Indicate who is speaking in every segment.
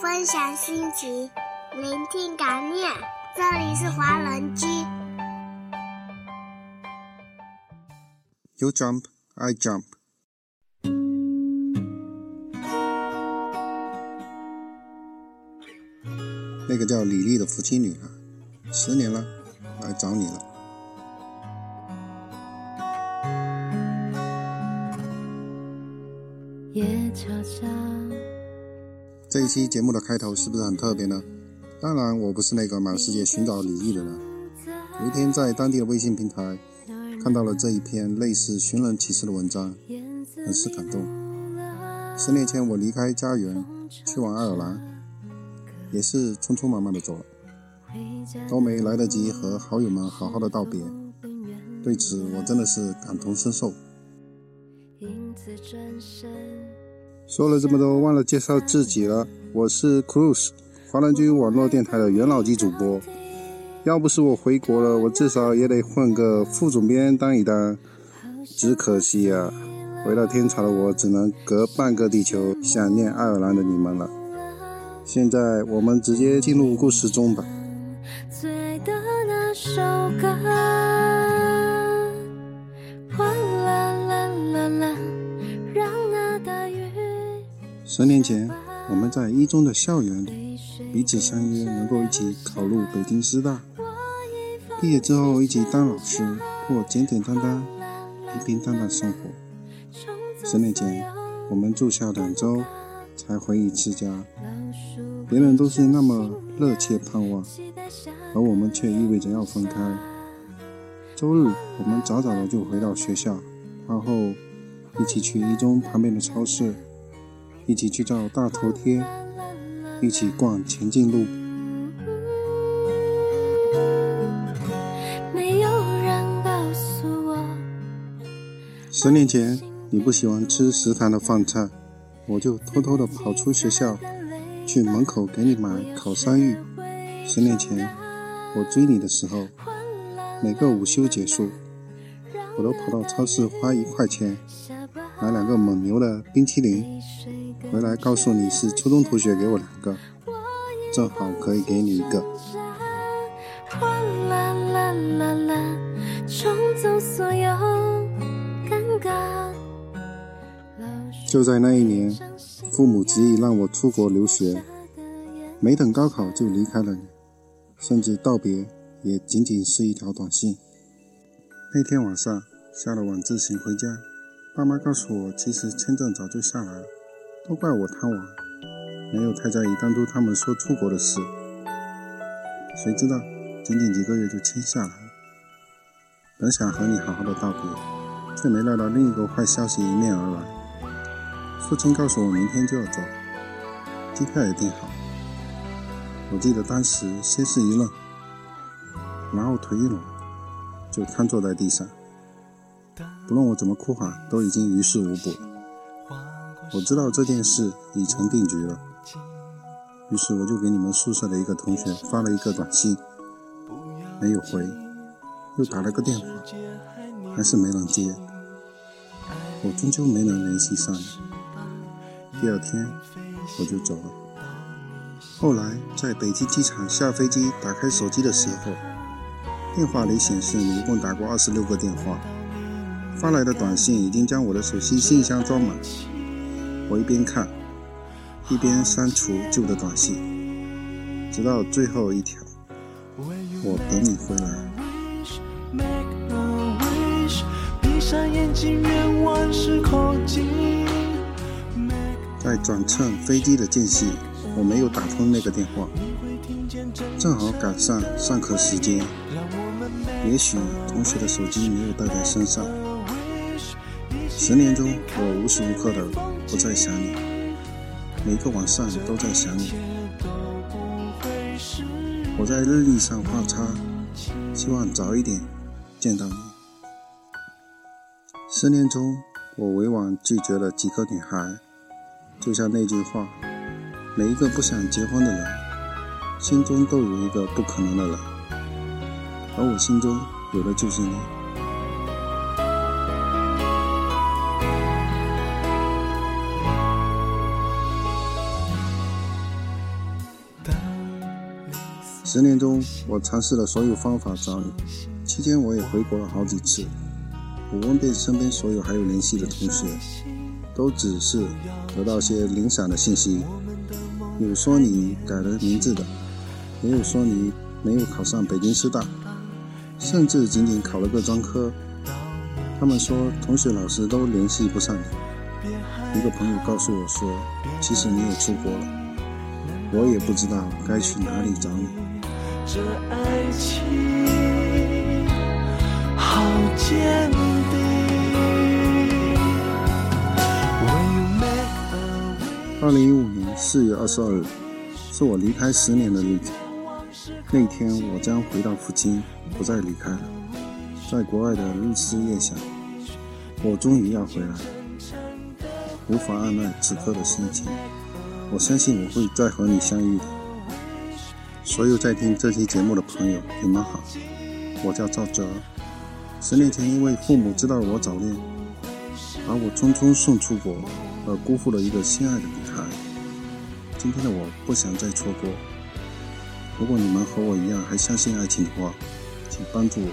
Speaker 1: 分享心情，聆听感念。这里是华人居。
Speaker 2: You jump, I jump。 那个叫李丽的福清女孩，10年了，来找你了。这一期节目的开头是不是很特别呢？当然我不是那个满世界寻找李丽的人。有一天在当地的微信平台看到了这一篇类似寻人启事的文章，很是感动。10年前我离开家园去往爱尔兰，也是匆匆忙忙的走了，都没来得及和好友们好好的道别。对此我真的是感同身受。说了这么多，忘了介绍自己了。我是 Cruz， 华人居网络电台的元老级主播。要不是我回国了，我至少也得混个副总编当一当。只可惜啊，回到天朝的我只能隔半个地球想念爱尔兰的你们了。现在我们直接进入故事中吧。
Speaker 3: 最爱的那首歌，哗啦啦啦啦，让那大雨。
Speaker 2: 10年前，我们在一中的校园里彼此相约，能够一起考入北京师大。毕业之后一起当老师，过简简单单、平平淡淡生活。10年前，我们住校2周才回一次家，别人都是那么热切盼望，而我们却意味着要分开。周日，我们早早的就回到学校，然后一起去一中旁边的超市，一起去照大头贴，一起逛前进路。
Speaker 3: 没有人告诉我
Speaker 2: 10年前，你不喜欢吃食堂的饭菜，我就偷偷的跑出学校，去门口给你买烤山芋。10年前，我追你的时候，每个午休结束，我都跑到超市花1块钱买2个蒙牛的冰淇淋，回来告诉你是初中同学给我2个，正好可以给你1个。
Speaker 3: 哗啦啦啦啦，冲走所有尴尬。
Speaker 2: 就在那一年，父母执意让我出国留学，没等高考就离开了你，甚至道别也仅仅是一条短信。那天晚上下了晚自习回家，爸妈告诉我其实签证早就下来了，都怪我贪玩，没有太在意当初他们说出国的事。谁知道仅仅几个月就签下来了。本想和你好好的道别，却没料到另一个坏消息迎面而来。父亲告诉我明天就要走，机票也订好。我记得当时先是一愣，然后腿一软，就瘫坐在地上。不论我怎么哭喊，都已经于事无补了。我知道这件事已成定局了，于是我就给你们宿舍的一个同学发了一个短信，没有回，又打了个电话，还是没人接。我终究没能联系上你。第2天我就走了。后来在北京机场下飞机打开手机的时候，电话里显示你一共打过26个电话，发来的短信已经将我的手机信箱装满。我一边看一边删除旧的短信，直到最后一条，我等你回来。闭上眼睛，愿万事靠近。在转乘飞机的间隙，我没有打通那个电话，正好赶上上课时间。也许同学的手机没有带在身上。10年中，我无时无刻的不在想你，每个晚上都在想你。我在日历上画叉，希望早一点见到你。10年中，我委婉拒绝了几个女孩，就像那句话，每一个不想结婚的人，心中都有一个不可能的人，而我心中有的就是你。 10年中，我尝试了所有方法找你，期间我也回国了好几次。我问遍身边所有还有联系的同学，都只是得到些零散的信息，有说你改了名字的，也有说你没有考上北京师大，甚至仅仅考了个专科。他们说同学老师都联系不上你。一个朋友告诉我说，其实你也出国了，我也不知道该去哪里找你。
Speaker 4: 这爱情好坚定。
Speaker 2: 2015年4月22日是我离开10年的日子。那天我将回到父亲，不再离开了。在国外的日思夜想，我终于要回来了，无法按捺此刻的心情。我相信我会再和你相遇的。所有在听这期节目的朋友，你们好，我叫赵哲。10年前因为父母知道我早恋，把我匆匆送出国，而辜负了一个心爱的女孩。今天的我不想再错过。如果你们和我一样还相信爱情的话，请帮助我。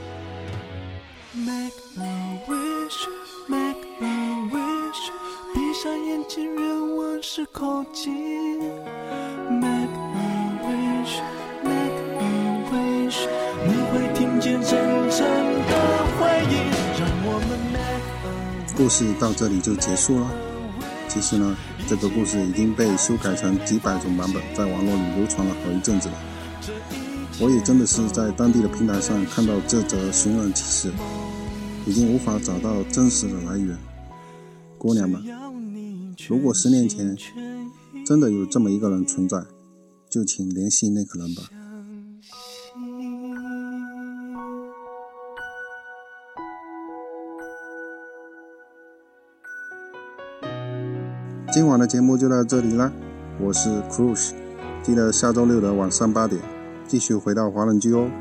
Speaker 4: Make a wish, make a wish， 闭上眼睛，愿望是口径。Make a wish, make a wish， 你会听见真正的回应。让我们 make a wish。
Speaker 2: 故事到这里就结束了。其实呢，这个故事已经被修改成几百种版本，在网络里流传了好一阵子了。我也真的是在当地的平台上看到这则寻人启事，已经无法找到真实的来源。姑娘们，如果10年前真的有这么一个人存在，就请联系那个人吧。今晚的节目就到这里啦，我是 Crush， 记得下周6的晚上8点继续回到华人居哦。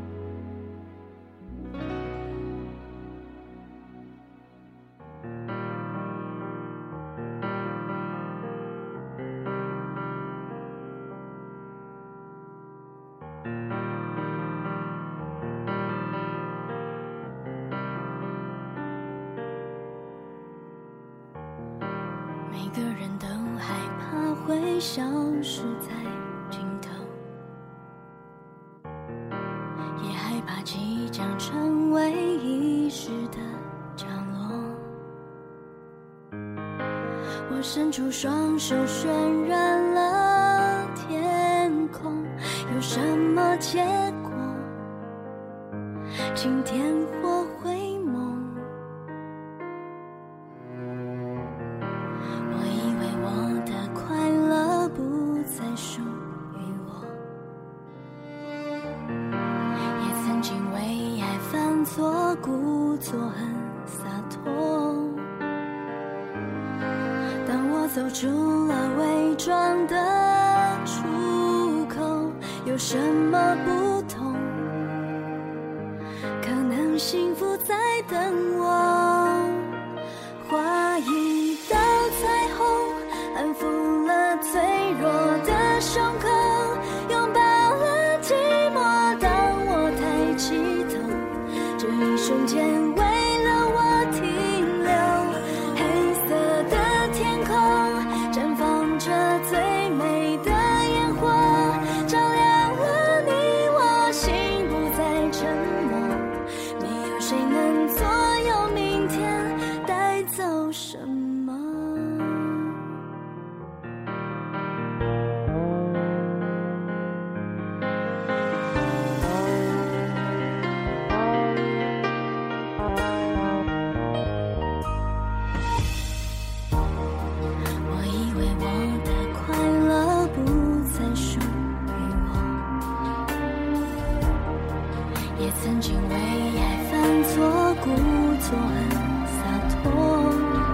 Speaker 3: 每个人都害怕会消失在尽头，也害怕即将成为遗失的角落。我伸出双手渲染了天空，有什么结果？晴天或灰蒙。属于我，也曾经为爱犯错，故作很洒脱。当我走出了伪装的出口，有什么不同？可能幸福在等我。画一道彩虹，安抚了脆弱的胸口，拥抱了寂寞。当我抬起头，这一瞬间为了我停留。黑色的天空绽放着最美的烟火，照亮了你我，心不再沉默。没有谁能左右明天，带走什么。也曾经为爱犯错，故作很洒脱。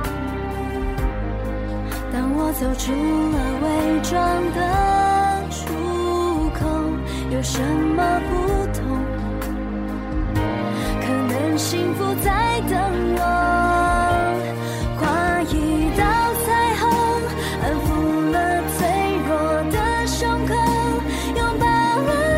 Speaker 3: 当我走出了伪装的出口，有什么不同？可能幸福在等我。画一道彩虹，安抚了脆弱的胸口，拥抱了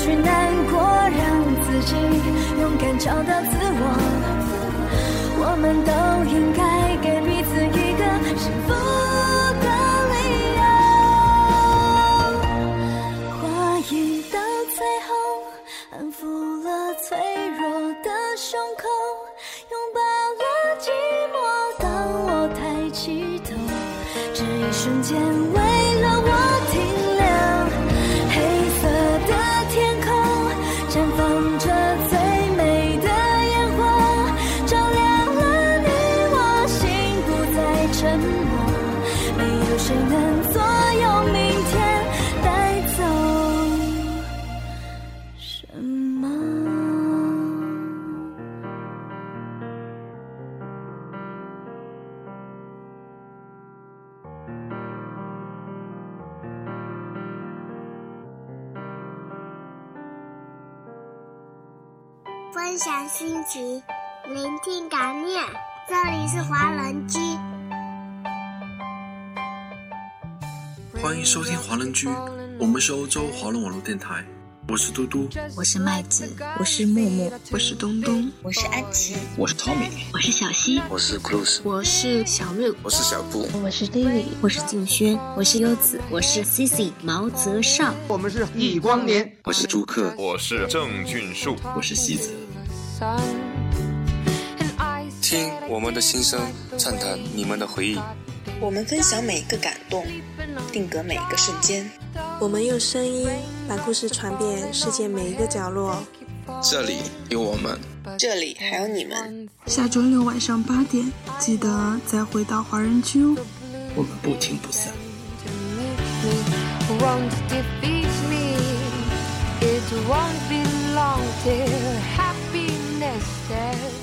Speaker 3: 去难过，让自己勇敢找到自我。我们都应该给彼此一个幸福的理由。话语到最后，安抚了脆弱的胸口，拥抱了寂寞。当我抬起头，这一瞬间为了我停留。黑色的天空绽放着最美的烟火，照亮了你我心不再沉默。没有谁能左右明天带走什么。
Speaker 1: 分享心情，聆听感念。这里是华人居，
Speaker 5: 欢迎收听华人居，我们是欧洲华人网络电台。我是嘟嘟，
Speaker 6: 我是麦子，我是木木，
Speaker 7: 我是东东，
Speaker 8: 我是安琪，
Speaker 9: 我是 Tommy，
Speaker 10: 我是小溪，
Speaker 11: 我是 Cruz，
Speaker 12: 我是小六，
Speaker 11: 我是小布，
Speaker 13: 我是 David，
Speaker 14: 我是静轩，我是优子，我是 Cici 毛泽少，
Speaker 15: 我们是易光年，
Speaker 16: 我是朱克，
Speaker 17: 我是郑俊树，
Speaker 18: 我是西子。
Speaker 19: 听我们的心声，畅谈你们的回忆。
Speaker 20: 我们分享每一个感动，定格每一个瞬间。
Speaker 21: 我们用声音把故事传遍世界每一个角落。
Speaker 19: 这里有我们，
Speaker 20: 这里还有你们。
Speaker 7: 下周六晚上8点，记得再回到华人区哦。
Speaker 9: 我们不听不散。
Speaker 3: Won't defeat me. It won't be long till happiness says